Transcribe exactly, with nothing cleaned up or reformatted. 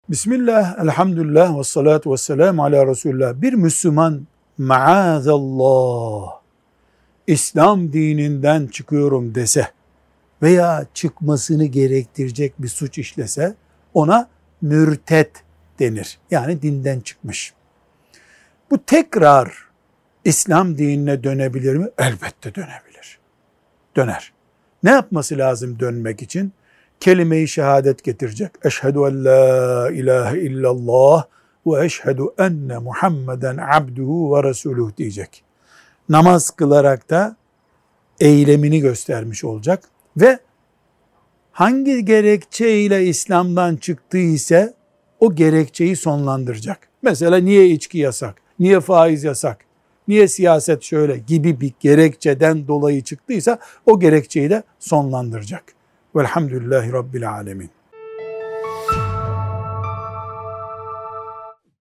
Bismillah, elhamdülillah ve salatu ve selamu ala Resulullah. Bir Müslüman maazallah İslam dininden çıkıyorum dese veya çıkmasını gerektirecek bir suç işlese ona mürted denir. Yani dinden çıkmış. Bu tekrar İslam dinine dönebilir mi? Elbette dönebilir. Döner. Ne yapması lazım dönmek için? Kelime-i şehadet getirecek. Eşhedü en la ilahe illallah ve eşhedü enne Muhammeden abduhu ve resuluh diyecek. Namaz kılarak da eylemini göstermiş olacak ve hangi gerekçeyle İslam'dan çıktıysa o gerekçeyi sonlandıracak. Mesela niye içki yasak, niye faiz yasak, niye siyaset şöyle gibi bir gerekçeden dolayı çıktıysa o gerekçeyi de sonlandıracak. Velhamdülillahi Rabbil alemin.